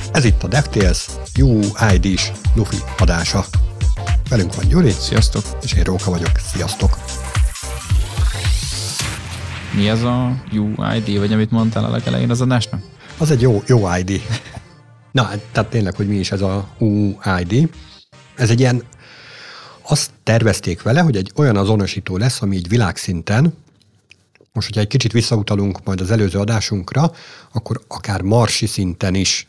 Ez itt a DevTales UID-s Lufi adása. Velünk van Gyuri. Sziasztok. És én Róka vagyok. Sziasztok. Mi az a UID, vagy amit mondtál a legelején az adásnak? Az egy jó ID. Na, tehát tényleg, hogy mi is ez a UID. Ez egy ilyen, azt tervezték vele, hogy egy olyan azonosító lesz, ami így világszinten, most, hogyha egy kicsit visszautalunk majd az előző adásunkra, akkor akár marsi szinten is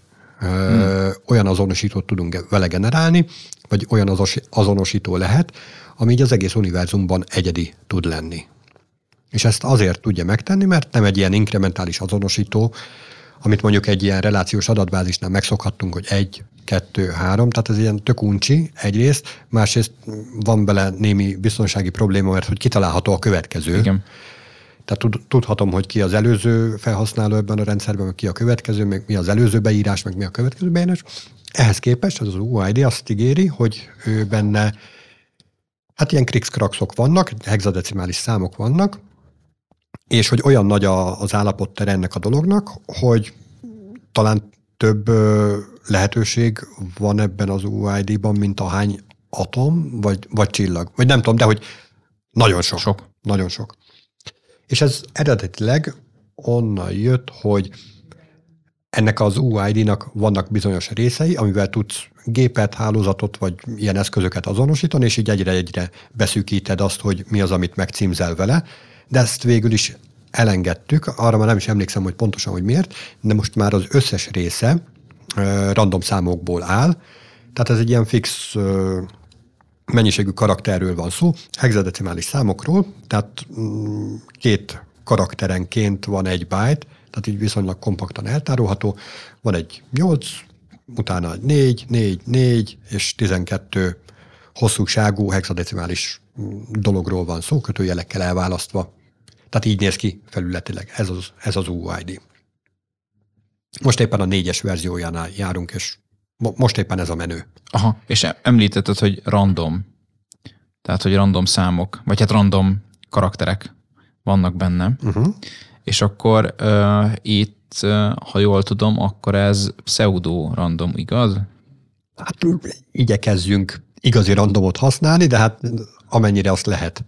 olyan azonosítót tudunk vele generálni, vagy olyan azonosító lehet, ami így az egész univerzumban egyedi tud lenni. És ezt azért tudja megtenni, mert nem egy ilyen inkrementális azonosító, amit mondjuk egy ilyen relációs adatbázisnál megszokhattunk, hogy 1, 2, 3, tehát ez ilyen tök uncsi egyrészt, másrészt van bele némi biztonsági probléma, mert hogy kitalálható a következő. Igen. Tehát tudhatom, hogy ki az előző felhasználó ebben a rendszerben, meg ki a következő, meg mi az előző beírás, meg mi a következő beírás. Ehhez képest az UID azt ígéri, hogy ő benne, hát ilyen krikszkrakszok vannak, hexadecimális számok vannak, és hogy olyan nagy az állapottere ennek a dolognak, hogy talán több lehetőség van ebben az UID-ban, mint ahány atom, vagy csillag. Vagy nem tudom, de hogy nagyon sok. Nagyon sok. És ez eredetileg onnan jött, hogy ennek az UID-nak vannak bizonyos részei, amivel tudsz gépet, hálózatot, vagy ilyen eszközöket azonosítani, és így egyre beszűkíted azt, hogy mi az, amit megcímzel vele, de ezt végül is elengedtük, arra már nem is emlékszem, hogy pontosan, hogy miért, de most már az összes része random számokból áll, tehát ez egy ilyen fix mennyiségű karakterről van szó, hexadecimális számokról, tehát 2 karakterenként van 1 byte, tehát így viszonylag kompaktan eltárolható, van egy 8, utána egy 4 és 12 hosszúságú hexadecimális dologról van szó, kötőjelekkel elválasztva. Tehát így néz ki felületileg, ez az UID. Most éppen a 4-es verziójánál járunk, és most éppen ez a menő. Aha, és említetted, hogy random. Tehát, hogy random számok, vagy hát random karakterek vannak benne. Uh-huh. És akkor itt, ha jól tudom, akkor ez pseudo-random, igaz? Hát igyekezzünk igazi randomot használni, de hát amennyire azt lehet.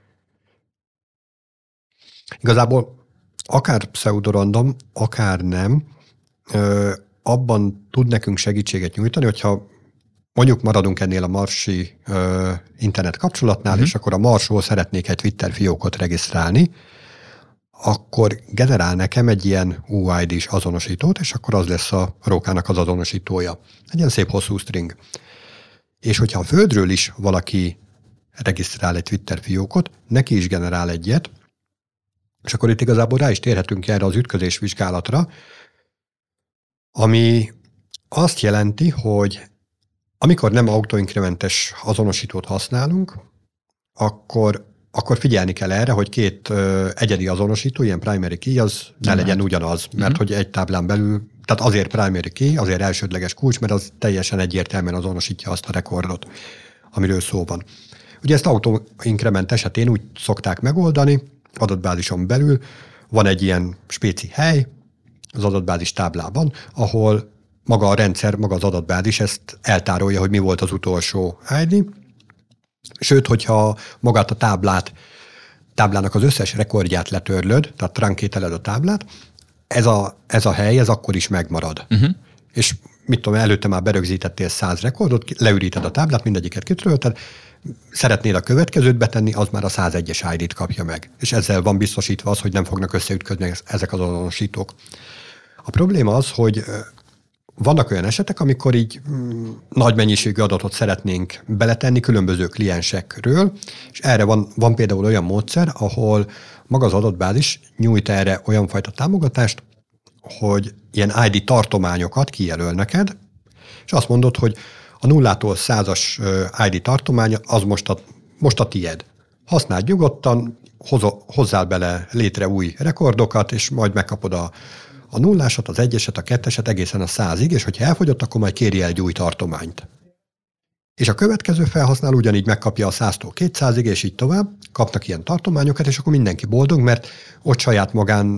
Igazából akár pseudo-random, akár nem, abban tud nekünk segítséget nyújtani, hogyha mondjuk maradunk ennél a marsi internet kapcsolatnál, és akkor a Marsról szeretnék egy Twitter fiókot regisztrálni, akkor generál nekem egy ilyen UID-s azonosítót, és akkor az lesz a Rókának az azonosítója. Egy ilyen szép hosszú string. És hogyha a Földről is valaki regisztrál egy Twitter fiókot, neki is generál egyet, és akkor itt igazából rá is térhetünk erre az ütközés vizsgálatra, ami azt jelenti, hogy amikor nem autoinkrementes azonosítót használunk, akkor figyelni kell erre, hogy 2 egyedi azonosító, ilyen primary key, az ne legyen ugyanaz, mert hogy egy táblán belül, tehát azért primary key, azért elsődleges kulcs, mert az teljesen egyértelműen azonosítja azt a rekordot, amiről szó van. Ugye ezt autoinkrement esetén úgy szokták megoldani, adatbázison belül van egy ilyen spéci hely az adatbázis táblában, ahol maga a rendszer, maga az adatbázis ezt eltárolja, hogy mi volt az utolsó ID. Sőt, hogyha magát a táblának az összes rekordját letörlöd, tehát trunkételed a táblát, ez a hely, ez akkor is megmarad. Uh-huh. És mit tudom, előtte már berögzítettél 100 rekordot, leüríted a táblát, mindegyiket kitörölted, szeretnéd a következőt betenni, az már a 101-es ID-t kapja meg. És ezzel van biztosítva az, hogy nem fognak összeütközni ezek az azonosítók. A probléma az, hogy vannak olyan esetek, amikor így nagy mennyiségű adatot szeretnénk beletenni különböző kliensekről, és erre van például olyan módszer, ahol maga az adatbázis nyújt erre olyan fajta támogatást, hogy ilyen ID tartományokat kijelöl neked, és azt mondod, hogy a 0-tól 100-as ID tartománya az most a tied. Használd nyugodtan, hozzál bele létre új rekordokat, és majd megkapod a 0-asat, az 1-eset, a 2-eset egészen a 100-ig, és hogyha elfogyott, akkor majd kéri el egy új tartományt. És a következő felhasználó ugyanígy megkapja a 100-tól 200-ig, és így tovább, kapnak ilyen tartományokat, és akkor mindenki boldog, mert ott saját magán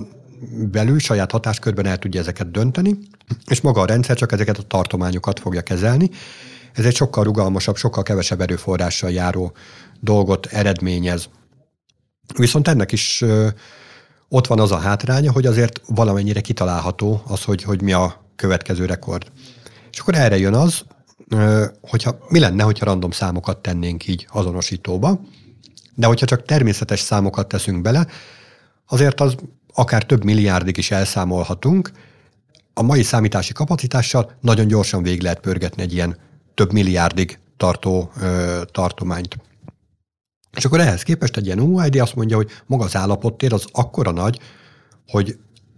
belül, saját hatáskörben el tudja ezeket dönteni, és maga a rendszer csak ezeket a tartományokat fogja kezelni. Ez egy sokkal rugalmasabb, sokkal kevesebb erőforrással járó dolgot eredményez. Viszont ennek is ott van az a hátránya, hogy azért valamennyire kitalálható az, hogy mi a következő rekord. És akkor erre jön az, mi lenne, hogyha random számokat tennénk így azonosítóba, de hogyha csak természetes számokat teszünk bele, azért az akár több milliárdig is elszámolhatunk. A mai számítási kapacitással nagyon gyorsan végig lehet pörgetni egy ilyen több milliárdig tartó tartományt. És akkor ehhez képest egy ilyen UID azt mondja, hogy maga az állapottér az akkora nagy, hogy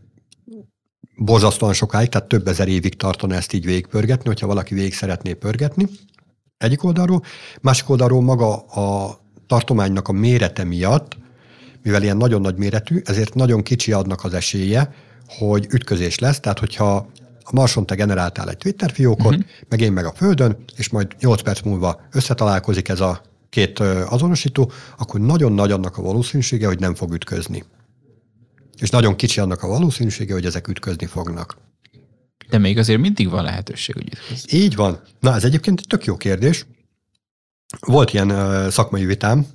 borzasztóan sokáig, tehát több ezer évig tartana ezt így végigpörgetni, hogyha valaki végig szeretné pörgetni. Egyik oldalról. Másik oldalról maga a tartománynak a mérete miatt, mivel ilyen nagyon nagy méretű, ezért nagyon kicsi adnak az esélye, hogy ütközés lesz. Tehát, hogyha a Marson te generáltál egy Twitter fiókot, meg én meg a Földön, és majd 8 perc múlva összetalálkozik ez a két azonosító, akkor nagyon nagy annak a valószínűsége, hogy nem fog ütközni. És nagyon kicsi annak a valószínűsége, hogy ezek ütközni fognak. De még azért mindig van lehetőség, hogy ütközni. Így van. Na, ez egyébként egy tök jó kérdés. Volt ilyen szakmai vitám,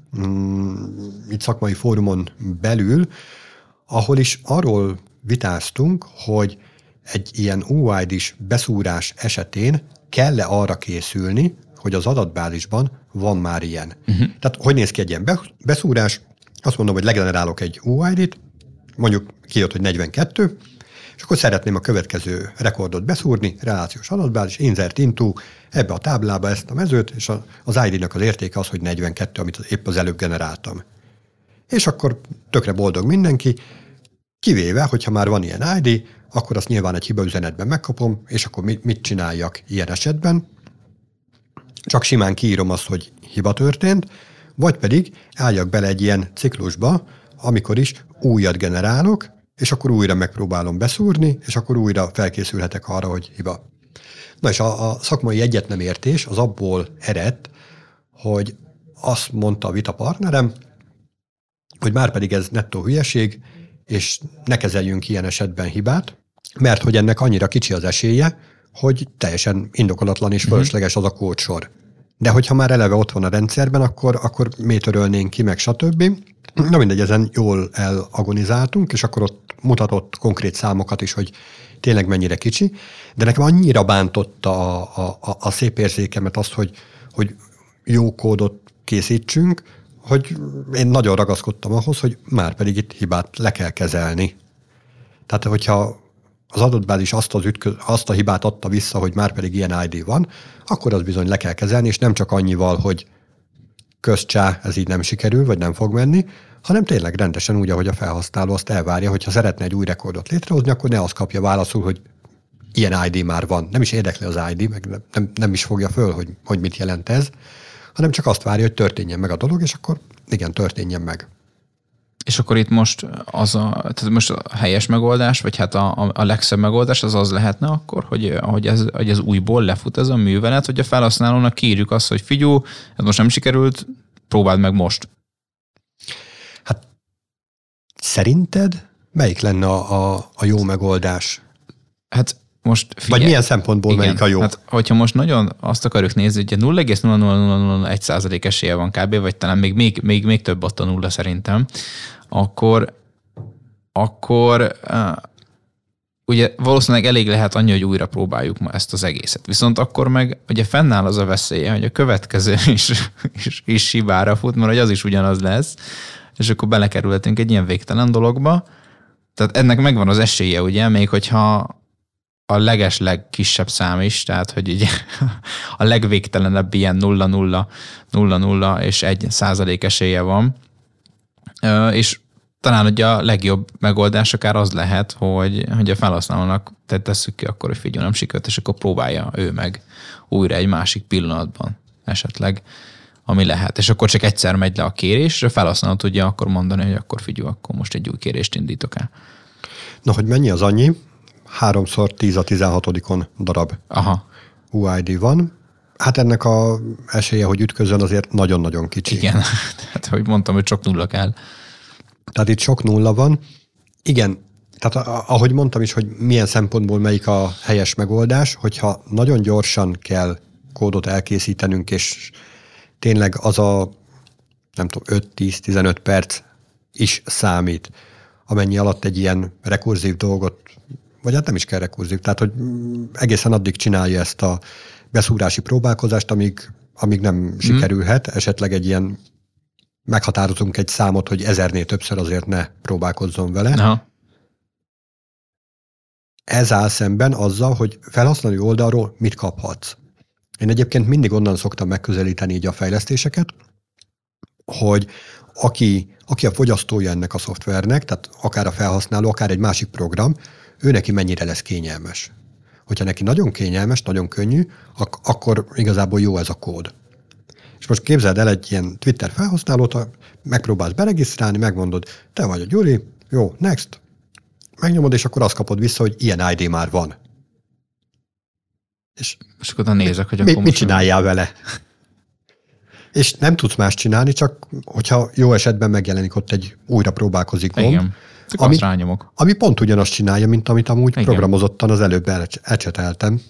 itt szakmai fórumon belül, ahol is arról vitáztunk, hogy egy ilyen UID-s beszúrás esetén kell-e arra készülni, hogy az adatbázisban van már ilyen. Tehát hogy néz ki egy ilyen beszúrás? Azt mondom, hogy legenerálok egy UID-t, mondjuk kijött, hogy 42, és akkor szeretném a következő rekordot beszúrni, relációs adatbázis, insert into, ebbe a táblába ezt a mezőt, és az ID-nak az értéke az, hogy 42, amit épp az előbb generáltam. És akkor tökre boldog mindenki, kivéve, hogyha már van ilyen ID, akkor azt nyilván egy hibaüzenetben megkapom, és akkor mit csináljak ilyen esetben? Csak simán kiírom azt, hogy hiba történt, vagy pedig álljak bele egy ilyen ciklusba, amikor is újat generálok, és akkor újra megpróbálom beszúrni, és akkor újra felkészülhetek arra, hogy hiba. Na és a szakmai egyetnemértés az abból eredt, hogy azt mondta a vitapartnerem, hogy már pedig ez nettó hülyeség, és ne kezeljünk ilyen esetben hibát, mert hogy ennek annyira kicsi az esélye, hogy teljesen indokolatlan és fölösleges az a kódsor. De hogyha már eleve ott van a rendszerben, akkor miért törölnénk ki, meg stb. Na mindegy, ezen jól elagonizáltunk, és akkor ott mutatott konkrét számokat is, hogy tényleg mennyire kicsi, de nekem annyira bántotta a szép érzékemet azt, hogy jó kódot készítsünk, hogy én nagyon ragaszkodtam ahhoz, hogy már pedig itt hibát le kell kezelni. Tehát, hogyha az adatbázis azt a hibát adta vissza, hogy már pedig ilyen ID van, akkor az bizony le kell kezelni, és nem csak annyival, hogy közcsá, ez így nem sikerül, vagy nem fog menni, hanem tényleg rendesen úgy, ahogy a felhasználó azt elvárja, hogyha szeretne egy új rekordot létrehozni, akkor ne azt kapja válaszul, hogy ilyen ID már van. Nem is érdekli az ID, meg nem is fogja föl, hogy mit jelent ez, hanem csak azt várja, hogy történjen meg a dolog, és akkor igen, történjen meg. És akkor itt most tehát most a helyes megoldás, vagy hát a legszebb megoldás az lehetne akkor, hogy ez újból lefut ez a művelet, hogy a felhasználónak kiírjuk azt, hogy figyelj, ez most nem sikerült, próbáld meg most. Hát szerinted melyik lenne a jó megoldás? Hát most figyelj. Vagy milyen szempontból igen, melyik a jó? Hát, hogyha most nagyon azt akarjuk nézni, hogy 0,0001% esélye van kb., vagy talán még több ott a nulla szerintem, akkor ugye valószínűleg elég lehet annyi, hogy újra próbáljuk ma ezt az egészet. Viszont akkor meg ugye fennáll az a veszélye, hogy a következő is hibára fut, mert az is ugyanaz lesz, és akkor belekerülhetünk egy ilyen végtelen dologba. Tehát ennek megvan az esélye, ugye, még hogyha a legkisebb szám is, tehát hogy ugye a legvégtelenebb ilyen 0,000 és 1% esélye van. És talán ugye a legjobb megoldás akár az lehet, hogy a felhasználónak tesszük ki akkor, hogy figyelj, nem sikerült, és akkor próbálja ő meg újra egy másik pillanatban esetleg, ami lehet. És akkor csak egyszer megy le a kérés, és a felhasználó tudja akkor mondani, hogy akkor figyelj, akkor most egy új kérést indítok el. Na, hogy mennyi az annyi? 3x10 a 16-on darab UID van. Hát ennek a esélye, hogy ütközön, azért nagyon-nagyon kicsi. Igen, tehát hogy mondtam, hogy sok nulla kell. Tehát itt sok nulla van. Igen, Tehát ahogy mondtam is, hogy milyen szempontból melyik a helyes megoldás, hogyha nagyon gyorsan kell kódot elkészítenünk, és tényleg az a, nem tudom, 5-10-15 perc is számít, amennyi alatt egy ilyen rekurzív dolgot, vagy hát nem is kell rekurzív, tehát hogy egészen addig csinálja ezt a beszúrási próbálkozást, amíg nem sikerülhet, esetleg egy ilyen meghatározunk egy számot, hogy 1000-nél többször azért ne próbálkozzon vele. Aha. Ez áll szemben azzal, hogy felhasználói oldalról mit kaphatsz. Én egyébként mindig onnan szoktam megközelíteni így a fejlesztéseket, hogy aki a fogyasztója ennek a szoftvernek, tehát akár a felhasználó, akár egy másik program, ő neki mennyire lesz kényelmes. Hogyha neki nagyon kényelmes, nagyon könnyű, akkor igazából jó ez a kód. És most képzeld el egy ilyen Twitter felhasználót, megpróbálsz beregisztrálni, megmondod, te vagy a Gyuri, jó, next, megnyomod, és akkor azt kapod vissza, hogy ilyen ID már van. És akkor nézek, hogy akkor mit csináljál vele? És nem tudsz más csinálni, csak hogyha jó esetben megjelenik ott egy újra próbálkozik gomb. Igen. Ami pont ugyanazt csinálja, mint amit amúgy igen, programozottan az előbb elcseteltem.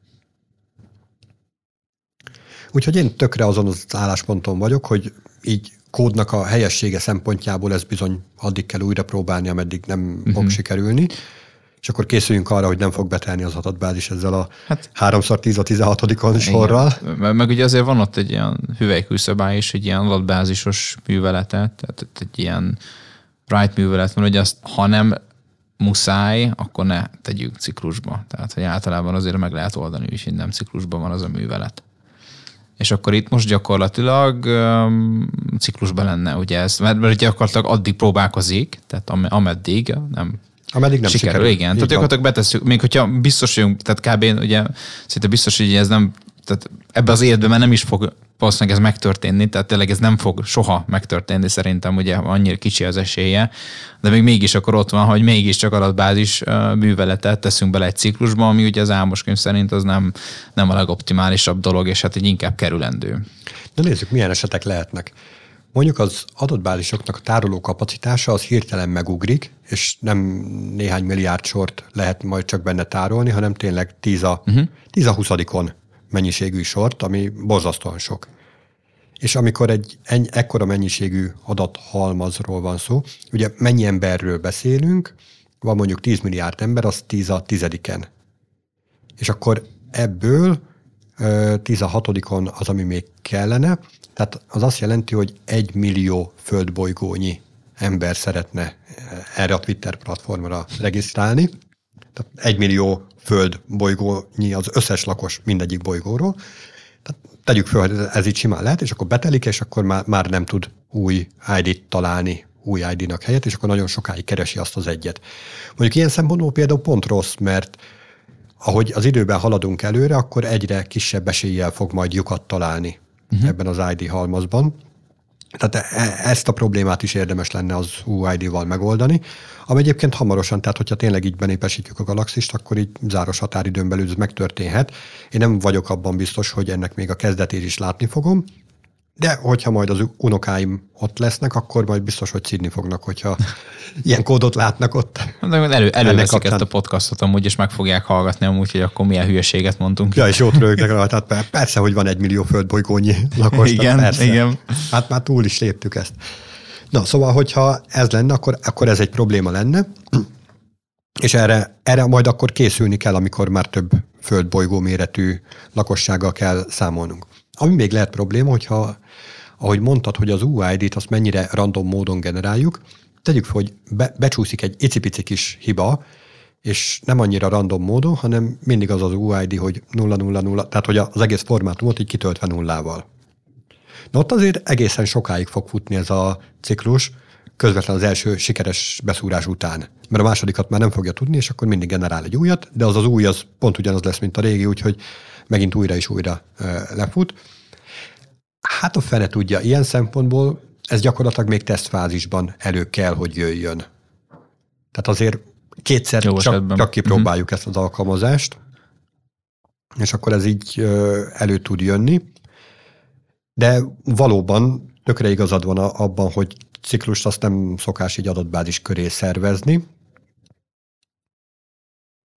Úgyhogy én tökre azon az állásponton vagyok, hogy így kódnak a helyessége szempontjából ez bizony addig kell újra próbálni, ameddig nem fog sikerülni. És akkor készüljünk arra, hogy nem fog betelni az adatbázis ezzel a 3x10 a 16. sorral. Meg ugye azért van ott egy ilyen hüvelykújszabály is, egy ilyen adatbázisos műveletet, tehát egy ilyen write művelet van, hogy azt, ha nem muszáj, akkor ne tegyük ciklusba. Tehát, hogy általában azért meg lehet oldani is, hogy nem ciklusban van az a művelet. És akkor itt most gyakorlatilag ciklusban lenne, ugye ez, mert gyakorlatilag addig próbálkozik, tehát ameddig nem sikerül. Igen, tehát gyakorlatilag betesszük, még hogyha biztos vagyunk, tehát kb. Ugye szinte biztos, hogy ez nem, tehát ebbe az életben már nem is fog valószínűleg ez megtörténni, tehát tényleg ez nem fog soha megtörténni szerintem, ugye annyira kicsi az esélye, de még mégis akkor ott van, hogy mégiscsak adatbázis műveletet teszünk bele egy ciklusba, ami ugye az Ámos könyv szerint az nem a legoptimálisabb dolog, és hát így inkább kerülendő. De nézzük, milyen esetek lehetnek. Mondjuk az adatbázisoknak a tároló kapacitása az hirtelen megugrik, és nem néhány milliárd sort lehet majd csak benne tárolni, hanem tényleg 10 a 20-on mennyiségű sort, ami borzasztóan sok. És amikor egy ekkora mennyiségű adathalmazról van szó, ugye mennyi emberről beszélünk, van mondjuk 10 milliárd ember, az 10 a 10-en. És akkor ebből 16-on az, ami még kellene, tehát az azt jelenti, hogy 1 millió földbolygónyi ember szeretne erre a Twitter platformra regisztrálni. Tehát 1 millió földbolygónyi az összes lakos mindegyik bolygóról. Tehát tegyük föl, hogy ez így simán lehet, és akkor betelik, és akkor már nem tud új ID-t találni, új ID-nak helyet, és akkor nagyon sokáig keresi azt az egyet. Mondjuk ilyen szempontból például pont rossz, mert ahogy az időben haladunk előre, akkor egyre kisebb eséllyel fog majd lyukat találni ebben az ID halmazban. Tehát ezt a problémát is érdemes lenne az UID-val megoldani, ami egyébként hamarosan, tehát hogyha tényleg így benépesítjük a galaxist, akkor így záros határidőn belül ez megtörténhet. Én nem vagyok abban biztos, hogy ennek még a kezdetét is látni fogom, de hogyha majd az unokáim ott lesznek, akkor majd biztos, hogy szidni fognak, hogyha ilyen kódot látnak ott. Előveszik ezt a podcastot amúgy, és meg fogják hallgatni amúgy, hogy akkor milyen hülyeséget mondtunk. Ja, és jót rögnek rá, tehát persze, hogy van 1 millió földbolygónyi lakos. Igen, persze. igen. Hát már túl is léptük ezt. Na, szóval, hogyha ez lenne, akkor ez egy probléma lenne, és erre majd akkor készülni kell, amikor már több földbolygó méretű lakossággal kell számolnunk. Ami még lehet probléma, hogyha, ahogy mondtad, hogy az UID-t azt mennyire random módon generáljuk, tegyük fel, hogy becsúszik egy icipici kis hiba, és nem annyira random módon, hanem mindig az UID, hogy 000, tehát hogy az egész formátumot így kitöltve nullával. Na ott azért egészen sokáig fog futni ez a ciklus, közvetlen az első sikeres beszúrás után. Mert a másodikat már nem fogja tudni, és akkor mindig generál egy újat, de az új az pont ugyanaz lesz, mint a régi, úgyhogy megint újra és újra lefut. Hát a fene tudja, ilyen szempontból ez gyakorlatilag még tesztfázisban elő kell, hogy jöjjön. Tehát azért kétszer csak kipróbáljuk ezt az alkalmazást, és akkor ez így elő tud jönni. De valóban tökre igazad van abban, hogy ciklust azt nem szokás így adatbázis köré szervezni.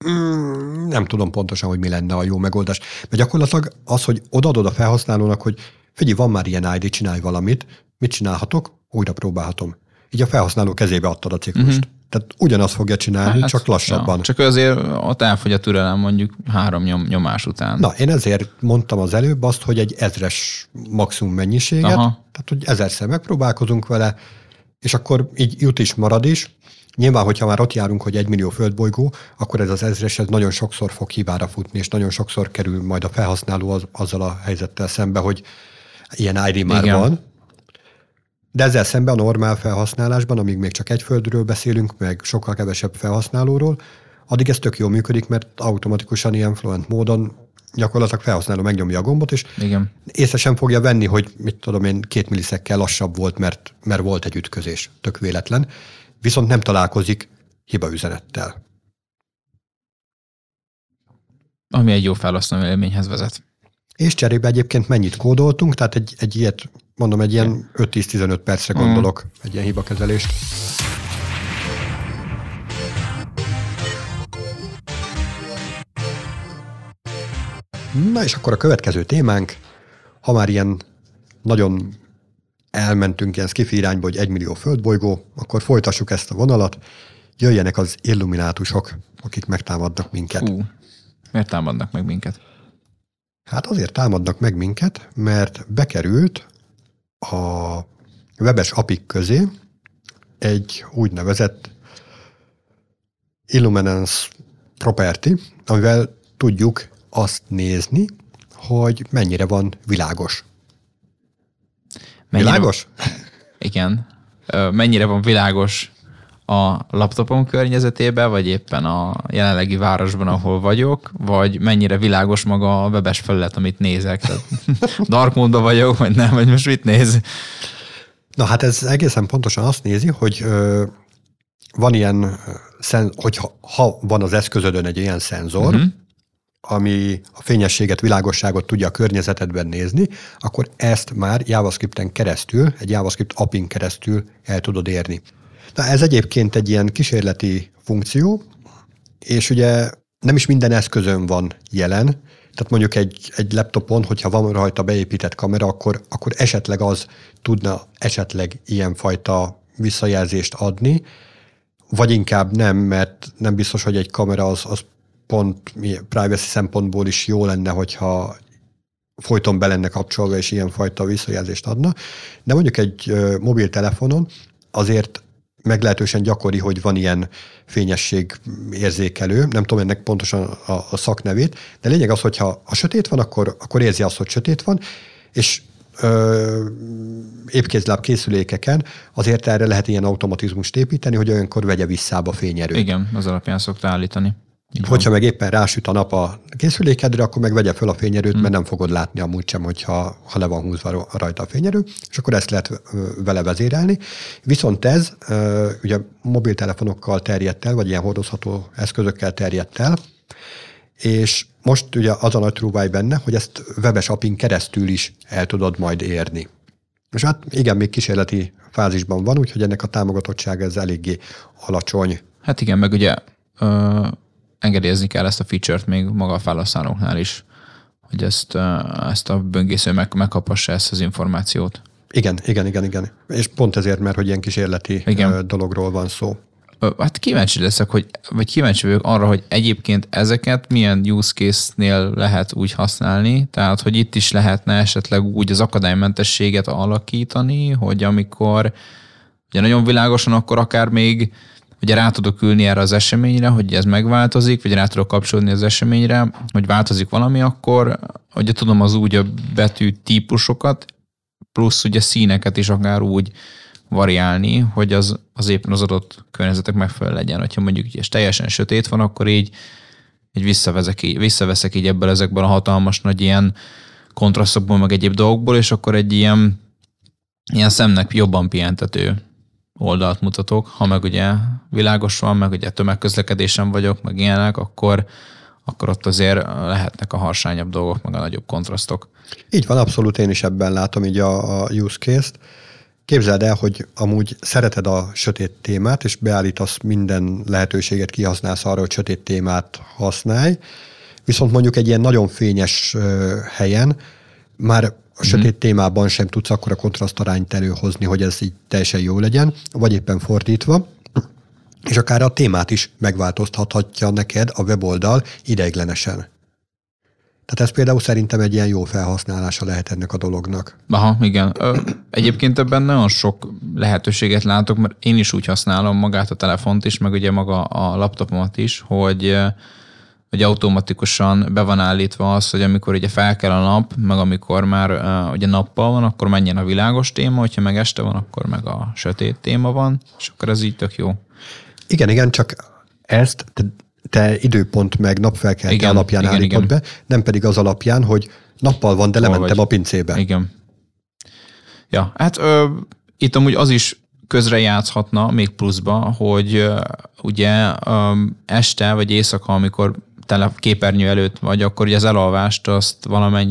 Nem tudom pontosan, hogy mi lenne a jó megoldás. Mert gyakorlatilag az, hogy odaadod a felhasználónak, hogy figyelj, van már ilyen ID, csinálj valamit, mit csinálhatok? Újra próbálhatom. Így a felhasználó kezébe adtad a ciklust. Tehát ugyanazt fogja csinálni, csak lassabban. Ja, csak azért ott elfogy a türelem mondjuk 3 nyomás után. Na, én ezért mondtam az előbb azt, hogy egy 1000-es maximum mennyiséget, tehát hogy 1000-szer megpróbálkozunk vele, és akkor így jut is, marad is. Nyilván, hogyha már ott járunk, hogy 1 millió földbolygó, akkor ez az 1000-es ez nagyon sokszor fog hibára futni, és nagyon sokszor kerül majd a felhasználó azzal a helyzettel szembe, hogy ilyen ID már van. De ezzel szemben a normál felhasználásban, amíg még csak egy földről beszélünk, meg sokkal kevesebb felhasználóról, addig ez tök jól működik, mert automatikusan ilyen fluent módon gyakorlatilag felhasználó megnyomja a gombot, és észre sem fogja venni, hogy mit tudom én, 2 millisekkel lassabb volt, mert volt egy ütközés, tök véletlen. Viszont nem találkozik hibaüzenettel. Ami egy jó felhasználó élményhez vezet. És cserébe egyébként mennyit kódoltunk, tehát egy ilyet, mondom, egy ilyen 5-10-15 percre gondolok, egy ilyen hibakezelést. Na és akkor a következő témánk, ha már ilyen nagyon elmentünk ilyen sci-fi irányba, hogy 1 millió földbolygó, akkor folytassuk ezt a vonalat, jöjjenek az illuminátusok, akik megtámadnak minket. Miért támadnak meg minket? Hát azért támadnak meg minket, mert bekerült a webes API közé egy úgynevezett Illuminance property, amivel tudjuk azt nézni, hogy mennyire van világos. Világos? Igen. Mennyire van világos a laptopom környezetében, vagy éppen a jelenlegi városban, ahol vagyok, vagy mennyire világos maga a webes felület, amit nézek. Dark mode-ban vagyok, vagy nem, vagy most mit néz? Na hát ez egészen pontosan azt nézi, hogy van ilyen, hogy ha van az eszközödön egy ilyen szenzor, ami a fényességet, világosságot tudja a környezetedben nézni, akkor ezt már JavaScripten keresztül, egy JavaScript API-n keresztül el tudod érni. Na ez egyébként egy ilyen kísérleti funkció, és ugye nem is minden eszközön van jelen, tehát mondjuk egy laptopon, hogyha van rajta beépített kamera, akkor esetleg az tudna esetleg ilyenfajta visszajelzést adni, vagy inkább nem, mert nem biztos, hogy egy kamera az pont privacy szempontból is jó lenne, hogyha folyton be lenne kapcsolva, és ilyenfajta visszajelzést adna. De mondjuk egy mobiltelefonon azért meglehetősen gyakori, hogy van ilyen fényesség-érzékelő, nem tudom ennek pontosan a szaknevét, de lényeg az, hogyha a sötét van, akkor érzi azt, hogy sötét van, és épkézláb készülékeken azért erre lehet ilyen automatizmust építeni, hogy olyankor vegye visszába a fényerőt. Igen, az alapján szokta állítani. Hogyha meg éppen rásüt a nap a készülékedre, akkor meg vegye föl a fényerőt, mert nem fogod látni amúgy sem, ha le van húzva rajta a fényerő, és akkor ezt lehet vele vezérelni. Viszont ez ugye mobiltelefonokkal terjedt el, vagy ilyen hordozható eszközökkel terjedt el, és most ugye az a nagy trúváj benne, hogy ezt webes API-n keresztül is el tudod majd érni. És hát igen, még kísérleti fázisban van, úgyhogy ennek a támogatottsága ez eléggé alacsony. Hát igen, meg ugye engedélyezni kell ezt a feature-t még maga a felhasználóknál is, hogy ezt a böngésző megkapassa ezt az információt. Igen. És pont ezért, mert hogy ilyen kísérleti dologról van szó. Hát kíváncsi leszek, vagy kíváncsi vagyok arra, hogy egyébként ezeket milyen use case-nél lehet úgy használni, tehát hogy itt is lehetne esetleg úgy az akadálymentességet alakítani, hogy amikor ugye nagyon világosan, akkor akár még ugye rá tudok ülni erre az eseményre, hogy ez megváltozik, vagy rá tudok kapcsolódni az eseményre, hogy változik valami, akkor ugye tudom az úgy a betű típusokat, plusz ugye színeket is akár úgy variálni, hogy az éppen az adott környezetek megfelelő legyen. Hogyha mondjuk így teljesen sötét van, akkor így visszaveszek így ezekből a hatalmas nagy ilyen kontrasztokból, meg egyéb dolgokból, és akkor egy ilyen szemnek jobban pihentető oldalt mutatok. Ha meg ugye világos van, meg ugye tömegközlekedésen vagyok, meg ilyenek, akkor ott azért lehetnek a harsányabb dolgok, meg a nagyobb kontrasztok. Így van, abszolút én is ebben látom így a use case-t. Képzeld el, hogy amúgy szereted a sötét témát, és beállítasz minden lehetőséget, kihasználsz arra, hogy sötét témát használj, viszont mondjuk egy ilyen nagyon fényes helyen már a sötét témában sem tudsz akkora kontrasztarányt előhozni, hogy ez így teljesen jó legyen, vagy éppen fordítva, és akár a témát is megváltoztathatja neked a weboldal ideiglenesen. Tehát ez például szerintem egy ilyen jó felhasználása lehet ennek a dolognak. Aha, igen. Egyébként ebben nagyon sok lehetőséget látok, mert én is úgy használom magát a telefont is, meg ugye maga a laptopomat is, hogy automatikusan be van állítva az, hogy amikor ugye fel kell a nap, meg amikor már ugye nappal van, akkor menjen a világos téma, hogyha meg este van, akkor meg a sötét téma van, és akkor ez így tök jó. Igen, csak ezt te időpont meg napfelkelte alapján állítod be, nem pedig az alapján, hogy nappal van, de lementem a pincébe. Igen. Ja, hát itt amúgy az is közrejátszhatna még pluszba, hogy ugye este vagy éjszaka, amikor képernyő előtt vagy, akkor ugye az elalvást azt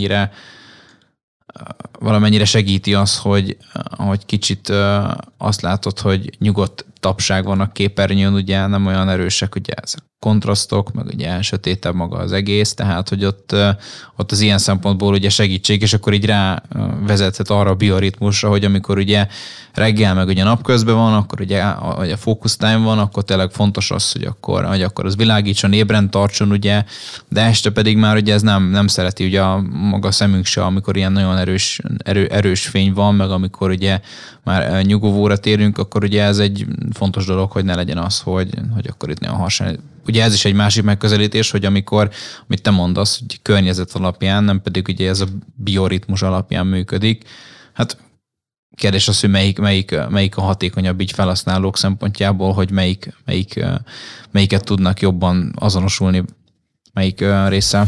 valamennyire segíti az, hogy kicsit azt látod, hogy nyugodt tapság van a képernyőn, ugye nem olyan erősek, ugye ezek kontrasztok, meg ugye sötétebb maga az egész, tehát hogy ott az ilyen szempontból ugye segítség, és akkor így rá vezethet arra a bioritmusra, hogy amikor ugye reggel meg ugye napközben van, akkor ugye a focus time van, akkor tényleg fontos az, hogy akkor az világítson, ébren tartson, ugye, de este pedig már ugye ez nem szereti ugye maga a szemünk se, amikor ilyen nagyon erős fény van, meg amikor ugye már nyugovóra térünk, akkor ugye ez egy fontos dolog, hogy ne legyen az, hogy akkor itt nagyon harsány. Ugye ez is egy másik megközelítés, hogy amikor, amit te mondasz, hogy környezet alapján, nem pedig ugye ez a bioritmus alapján működik. Hát kérdés az, hogy melyik a hatékonyabb így felhasználók szempontjából, hogy melyiket tudnak jobban azonosulni, melyik része.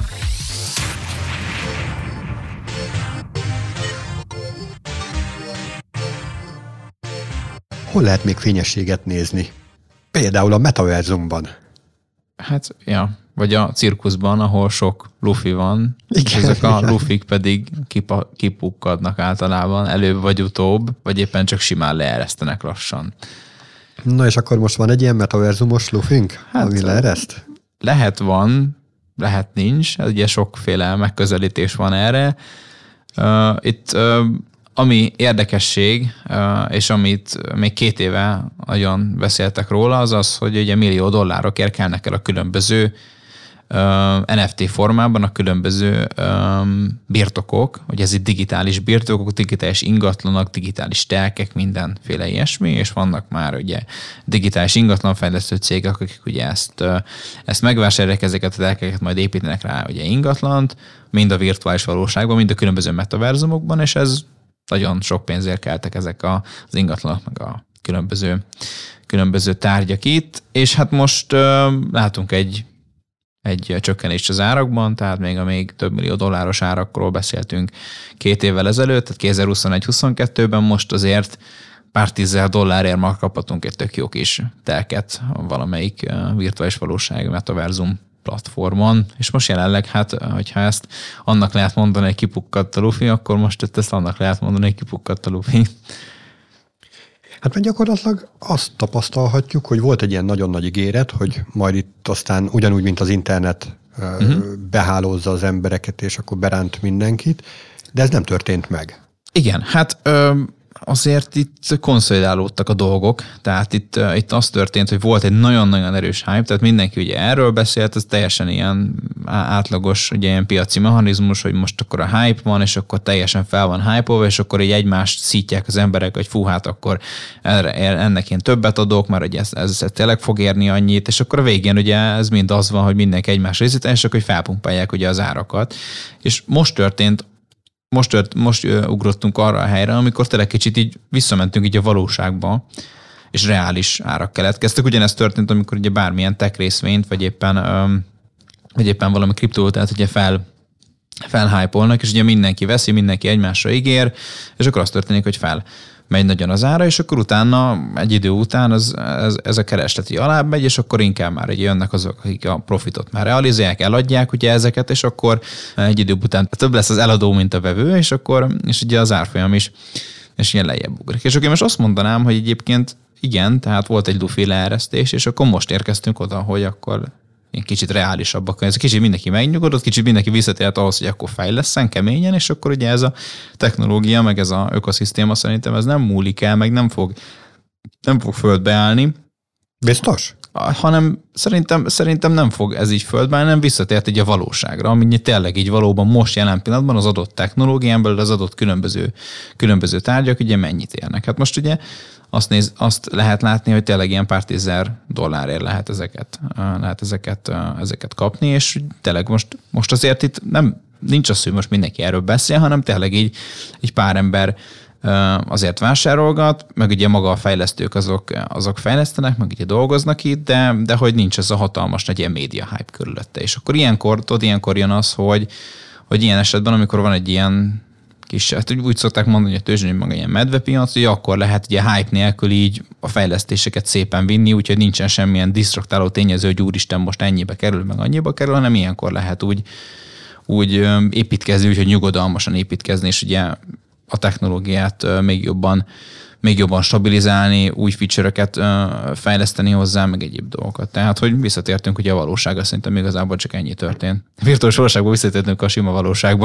Hol lehet még fényességet nézni? Például a metaverzumban. Hát, ja. Vagy a cirkuszban, ahol sok lufi van, igen, és ezek a lufik pedig kipukkadnak általában, előbb vagy utóbb, vagy éppen csak simán leeresztenek lassan. Na és akkor most van egy ilyen metaverzumos lufink, ami leereszt? Lehet van, lehet nincs, ugye sokféle megközelítés van erre. Itt ami érdekesség, és amit még 2 éve nagyon beszéltek róla, az az, hogy ugye $1 millió kelnek el a különböző NFT formában a különböző birtokok, ugye ez egy digitális birtokok, digitális ingatlanok, digitális telkek, mindenféle ilyesmi, és vannak már ugye digitális ingatlanfejlesztő cégek, akik ugye ezt megvásárolják, ezeket a telkeket majd építenek rá ugye ingatlant, mind a virtuális valóságban, mind a különböző metaverzumokban, és ez nagyon sok pénzért keltek ezek az ingatlanok, meg a különböző tárgyak itt, és hát most látunk egy csökkenést az árakban, tehát még több $1 millió árakról beszéltünk 2 évvel ezelőtt, tehát 2021-22-ben most azért pár $10,000 már kaphatunk egy tök jó kis telket valamelyik virtuális valóság metaverzum platformon, és most jelenleg, hát, hogyha ezt annak lehet mondani, hogy kipukkadt a lufi, akkor most ezt annak lehet mondani, hogy kipukkadt a lufi. Hát mert gyakorlatilag azt tapasztalhatjuk, hogy volt egy ilyen nagyon nagy ígéret, hogy majd itt aztán ugyanúgy, mint az internet behálózza az embereket, és akkor beránt mindenkit, de ez nem történt meg. Igen, hát azért itt konszolidálódtak a dolgok, tehát itt az történt, hogy volt egy nagyon-nagyon erős hype, tehát mindenki ugye erről beszélt, ez teljesen ilyen átlagos, ugye ilyen piaci mechanizmus, hogy most akkor a hype van, és akkor teljesen fel van hype-olva, és akkor így egymást szítják az emberek, hogy fú, hát akkor ennek én többet adok, mert ugye ez tényleg fog érni annyit, és akkor a végén ugye ez mind az van, hogy mindenki egymás részét, és akkor felpumpálják ugye az árakat. És most ugrottunk arra a helyre, amikor tényleg kicsit így visszamentünk így a valóságba, és reális árak keletkeztek. Ugyanezt történt, amikor ugye bármilyen tech részvényt, vagy éppen valami kriptovalutát ugye felhype-olnak, és ugye mindenki veszi, mindenki egymásra ígér, és akkor az történik, hogy megy nagyon az ára, és akkor utána, egy idő után ez a keresleti alább megy, és akkor inkább már jönnek azok, akik a profitot már realizálják, eladják ugye ezeket, és akkor egy idő után több lesz az eladó, mint a vevő, és ugye az árfolyam is és ilyen lejjebb ugrik. És akkor én most azt mondanám, hogy egyébként igen, tehát volt egy lufi leeresztés, és akkor most érkeztünk oda, hogy akkor én kicsit reálisabbak. Ez kicsit mindenki megnyugodott, kicsit mindenki visszatért ahhoz, hogy akkor fejlesszen keményen, és akkor ugye ez a technológia, meg ez a ökoszisztéma szerintem ez nem múlik el, meg nem fog földbe állni. Biztos? Hanem szerintem nem fog ez így földbe állni, nem visszatért így a valóságra, ami tényleg így valóban most jelen pillanatban az adott technológián belül az adott különböző tárgyak ugye mennyit érnek. Hát most ugye azt lehet látni, hogy tényleg ilyen pár $10,000 lehet ezeket kapni, és tényleg most azért itt nincs az, hogy most mindenki erről beszél, hanem tényleg így pár ember azért vásárolgat, meg ugye maga a fejlesztők azok fejlesztenek, meg ugye dolgoznak itt, de hogy nincs ez a hatalmas nagy ilyen média hype körülötte. És akkor ilyenkor jön az, hogy ilyen esetben, amikor van egy ilyen kis, hát úgy szokták mondani, hogy a tőzsdén maga ilyen medvepiac, hogy akkor lehet ugye hype nélkül így a fejlesztéseket szépen vinni, úgyhogy nincsen semmilyen disztraktáló tényező, hogy úristen most ennyibe kerül, meg annyiba kerül, hanem ilyenkor lehet úgy építkezni, úgyhogy nyugodalmasan építkezni, és ugye a technológiát még jobban stabilizálni, új feature-öket fejleszteni hozzá, meg egyéb dolgokat. Tehát, hogy visszatértünk ugye a valóságra, szerintem igazából csak ennyi történt. Virtuális valóságban visszatértünk a sima valóságba.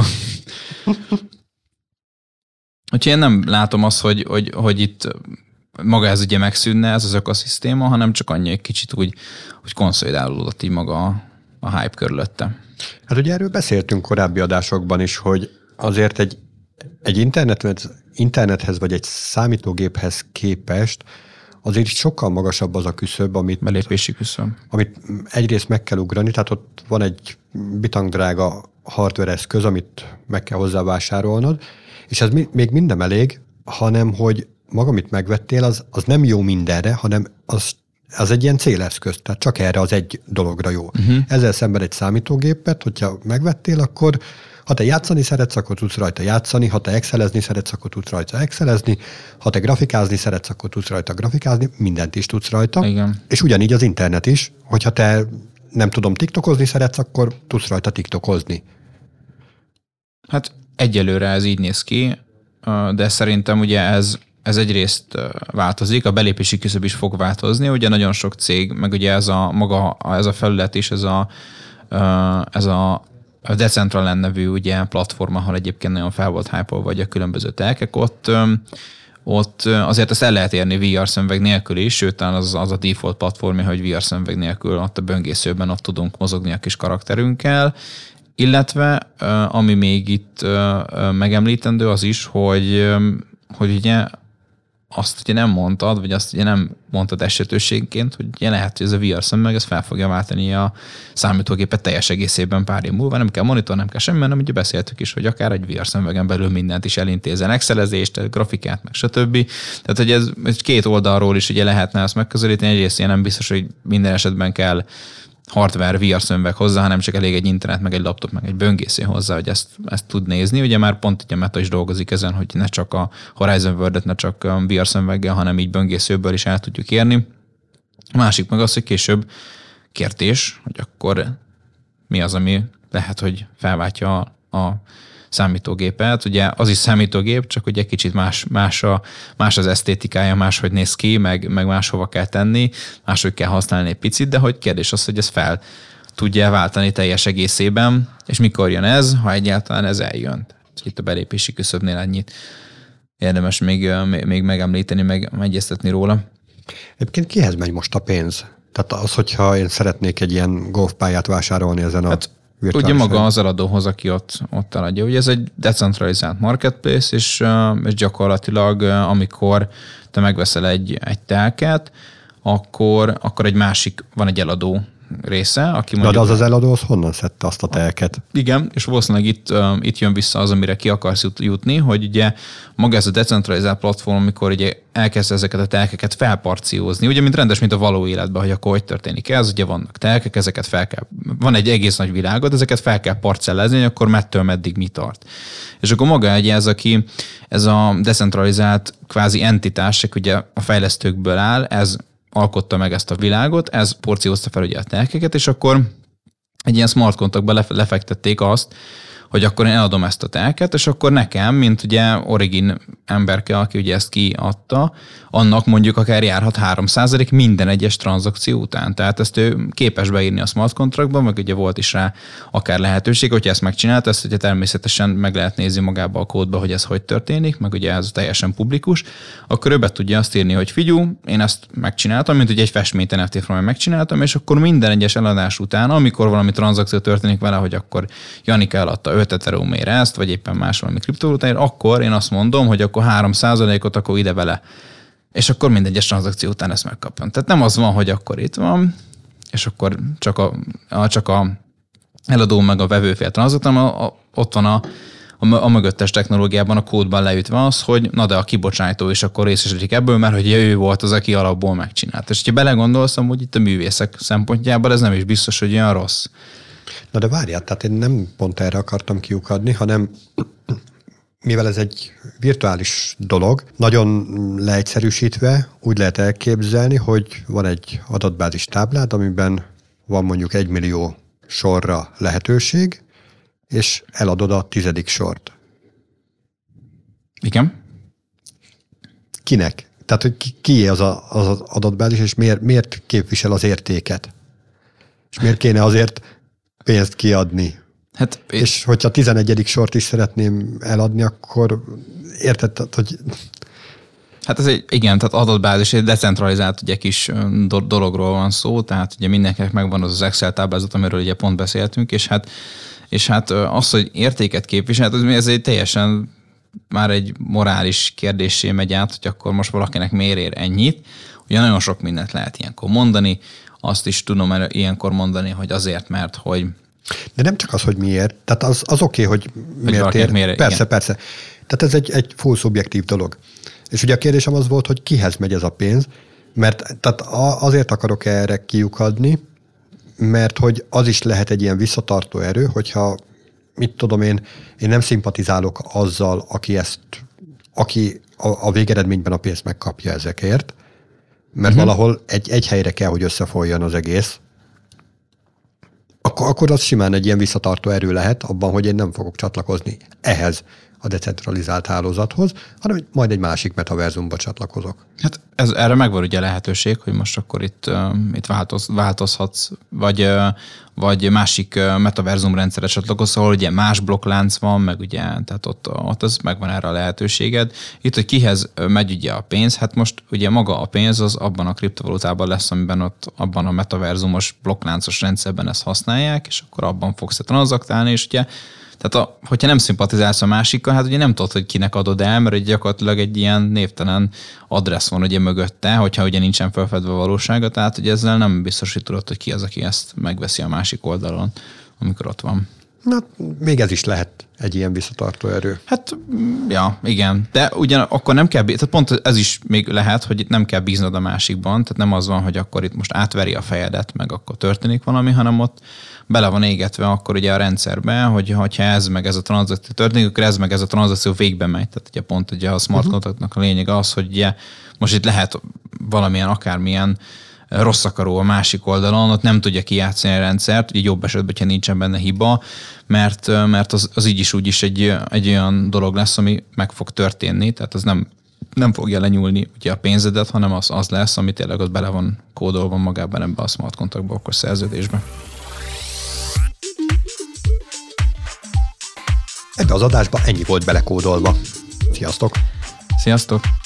Úgyhogy én nem látom azt, hogy itt maga ez ugye megszűnne, ez az ökoszisztéma, hanem csak annyi egy kicsit úgy konszolidálódott így maga a hype körülötte. Hát ugye erről beszéltünk korábbi adásokban is, hogy azért egy internethez vagy egy számítógéphez képest azért sokkal magasabb az a küszöb, belépési küszöb. Amit egyrészt meg kell ugrani, tehát ott van egy bitangdrága hardware eszköz, amit meg kell hozzá vásárolnod, és ez még minden elég, hanem hogy maga, amit megvettél, az nem jó mindenre, hanem az egy ilyen céleszköz, tehát csak erre az egy dologra jó. Uh-huh. Ezzel szemben egy számítógépet, hogyha megvettél, akkor ha te játszani szeretsz, akkor tudsz rajta játszani, ha te excelezni szeretsz, akkor tudsz rajta excelezni, ha te grafikázni szeretsz, akkor tudsz rajta grafikázni, mindent is tudsz rajta. Igen. És ugyanígy az internet is, hogyha te nem tudom, tiktokozni szeretsz, akkor tudsz rajta tiktokozni. Hát egyelőre ez így néz ki, de szerintem ugye ez egyrészt változik, a belépési küszöb is fog változni, ugye nagyon sok cég, meg ugye ez a felület is, ez a Decentraland nevű ugye platform, ahol egyébként nagyon fel volt hype-olva, vagy a különböző telkek, ott azért ezt el lehet érni VR szemüveg nélkül is, sőt, az a default platformja, hogy VR szemüveg nélkül ott a böngészőben ott tudunk mozogni a kis karakterünkkel, illetve ami még itt megemlítendő az is, hogy ugye azt ugye nem mondtad, vagy azt ugye nem mondtad esetőségként, hogy ugye lehet, hogy ez a VR szemüveg ez fel fogja váltani a számítógépet teljes egészében pár év múlva, nem kell monitor, nem kell semmi, hanem ugye beszéltük is, hogy akár egy VR szemüvegen belül mindent is elintézzen, excelezést, grafikát, meg stb. Tehát, hogy ez két oldalról is ugye lehetne ezt megközelíteni, egyrészt én nem biztos, hogy minden esetben kell hardware VR szemüveg hozzá, hanem csak elég egy internet, meg egy laptop, meg egy böngésző hozzá, hogy ezt tud nézni. Ugye már pont ugye a Meta is dolgozik ezen, hogy ne csak a Horizon World-et, ne csak VR szemüveggel, hanem így böngészőből is el tudjuk érni. A másik meg az, hogy később kérdés, hogy akkor mi az, ami lehet, hogy felváltja a számítógépet. Ugye az is számítógép, csak ugye kicsit más az esztétikája, máshogy néz ki, meg máshova kell tenni, máshogy kell használni egy picit, de hogy kérdés az, hogy ez fel tudja váltani teljes egészében, és mikor jön ez, ha egyáltalán ez eljön. Itt a belépési küszöbnél ennyit érdemes még megemlíteni, meg egyeztetni róla. Egyébként kihez megy most a pénz? Tehát az, hogyha én szeretnék egy ilyen golfpályát vásárolni ezen a ugye maga az eladóhoz, aki ott eladja. Ugye ez egy decentralizált marketplace, és gyakorlatilag amikor te megveszel egy telket, akkor egy másik, van egy eladó része, aki mondjuk... De az eladó az honnan szedte azt a telket? Igen, és valószínűleg itt jön vissza az, amire ki akarsz jutni, hogy ugye maga ez a decentralizált platform, amikor ugye elkezd ezeket a telkeket felparciózni, ugye mint a való életben, hogy akkor hogy történik ez, ugye vannak telkek, ezeket van egy egész nagy világod, ezeket fel kell parcellezni, hogy akkor mettől meddig mi tart. És akkor maga ez a decentralizált kvázi entitás, ugye a fejlesztőkből áll, ez alkotta meg ezt a világot, ez porciózta fel ugye a telkeket, és akkor egy ilyen smart contractba lefektették azt, hogy akkor én eladom ezt a telket, és akkor nekem, mint ugye Origin emberke, aki ugye ezt kiadta, annak mondjuk akár járhat 3% minden egyes tranzakció után. Tehát ezt ő képes beírni a smart contractba, meg ugye volt is rá akár lehetőség, hogyha ezt megcsinálta, ezt ugye természetesen meg lehet nézni magába a kódba, hogy ez hogy történik, meg ugye ez teljesen publikus, akkor ő be tudja azt írni, hogy figyú, én ezt megcsináltam, mint ugye egy festményt NFT-ről megcsináltam, és akkor minden egyes eladás után, amikor valami tranzakció történik vele, hogy akkor Janika eladta 5 Ethereumért ezt, vagy éppen más valami kriptovalutáért, akkor én azt mondom, hogy akkor 3%-ot akkor ide vele. És akkor minden egyes tranzakció után ezt megkapjon. Tehát nem az van, hogy akkor itt van, és akkor csak a eladó meg a vevőfél tranzakció, hanem ott van a mögöttes technológiában, a kódban leütve az, hogy na de a kibocsátó is akkor részesedik ebből, mert hogy ő volt az, aki alapból megcsinált. És ha belegondolsz, hogy itt a művészek szempontjából ez nem is biztos, hogy olyan rossz. Na de várjál, tehát én nem pont erre akartam kiukadni, hanem mivel ez egy virtuális dolog, nagyon leegyszerűsítve úgy lehet elképzelni, hogy van egy adatbázis táblád, amiben van mondjuk 1 millió sorra lehetőség, és eladod a 10. sort. Igen. Kinek? Tehát, hogy ki az adatbázis, és miért képvisel az értéket? És miért kéne azért pénzt kiadni? Hát, és hogyha a 11. sort is szeretném eladni, akkor érted, hogy... Hát ez igen, tehát adatbázis, egy decentralizált ugye kis dologról van szó, tehát ugye mindenkinek megvan az Excel táblázat, amiről ugye pont beszéltünk, és hát az, hogy értéket képvisel, ez egy teljesen már egy morális kérdéssé megy át, hogy akkor most valakinek miért ér ennyit. Ugye nagyon sok mindent lehet ilyenkor mondani, azt is tudom ilyenkor mondani, hogy azért, mert hogy... De nem csak az, hogy miért, tehát az oké, hogy miért ér. Persze, igen. Persze. Tehát ez egy full szubjektív dolog. És ugye a kérdésem az volt, hogy kihez megy ez a pénz, mert tehát azért akarok erre kiukadni, mert hogy az is lehet egy ilyen visszatartó erő, hogyha, mit tudom én nem szimpatizálok azzal, aki a végeredményben a pénzt megkapja ezekért, mert valahol egy helyre kell, hogy összefolyjon az egész, akkor az simán egy ilyen visszatartó erő lehet abban, hogy én nem fogok csatlakozni ehhez a decentralizált hálózathoz, hanem majd egy másik metaverzumba csatlakozok. Hát erre megvan ugye lehetőség, hogy most akkor itt változhatsz, vagy másik metaverzum rendszerre csatlakozsz, ahol ugye más blokklánc van, meg ugye, tehát ott az megvan erre a lehetőséged. Itt, hogy kihez megy ugye a pénz, hát most ugye maga a pénz az abban a kriptovalutában lesz, amiben ott abban a metaverzumos blokkláncos rendszerben ezt használják, és akkor abban fogsz tranzaktálni, és ugye tehát hogyha nem szimpatizálsz a másikkal, hát ugye nem tudod, hogy kinek adod el, mert gyakorlatilag egy ilyen névtelen adressz van ugye mögötte, hogyha ugye nincsen felfedve a valósága, tehát ugye ezzel nem biztos, hogy tudod, hogy ki az, aki ezt megveszi a másik oldalon, amikor ott van. Na, még ez is lehet egy ilyen visszatartó erő. Hát, ja, igen. De akkor nem kell, tehát pont ez is még lehet, hogy itt nem kell bíznod a másikban, tehát nem az van, hogy akkor itt most átveri a fejedet, meg akkor történik valami, hanem ott bele van égetve akkor ugye a rendszerbe, hogy ha ez meg ez a tranzakció történik, akkor ez meg ez a tranzakció végbe megy. Tehát ugye pont ugye a smart contractnak a lényege az, hogy ugye most itt lehet valamilyen akármilyen rossz akaró a másik oldalon, ott nem tudja kijátszani a rendszert, ugye jobb esetben, hogyha nincsen benne hiba, mert az így is úgy is egy olyan dolog lesz, ami meg fog történni, tehát az nem fogja lenyúlni ugye a pénzedet, hanem az lesz, ami tényleg ott bele van kódolva magában ebbe a smart contractba, akkor szerződésbe. Ebbe az adásba ennyi volt belekódolva. Sziasztok! Sziasztok!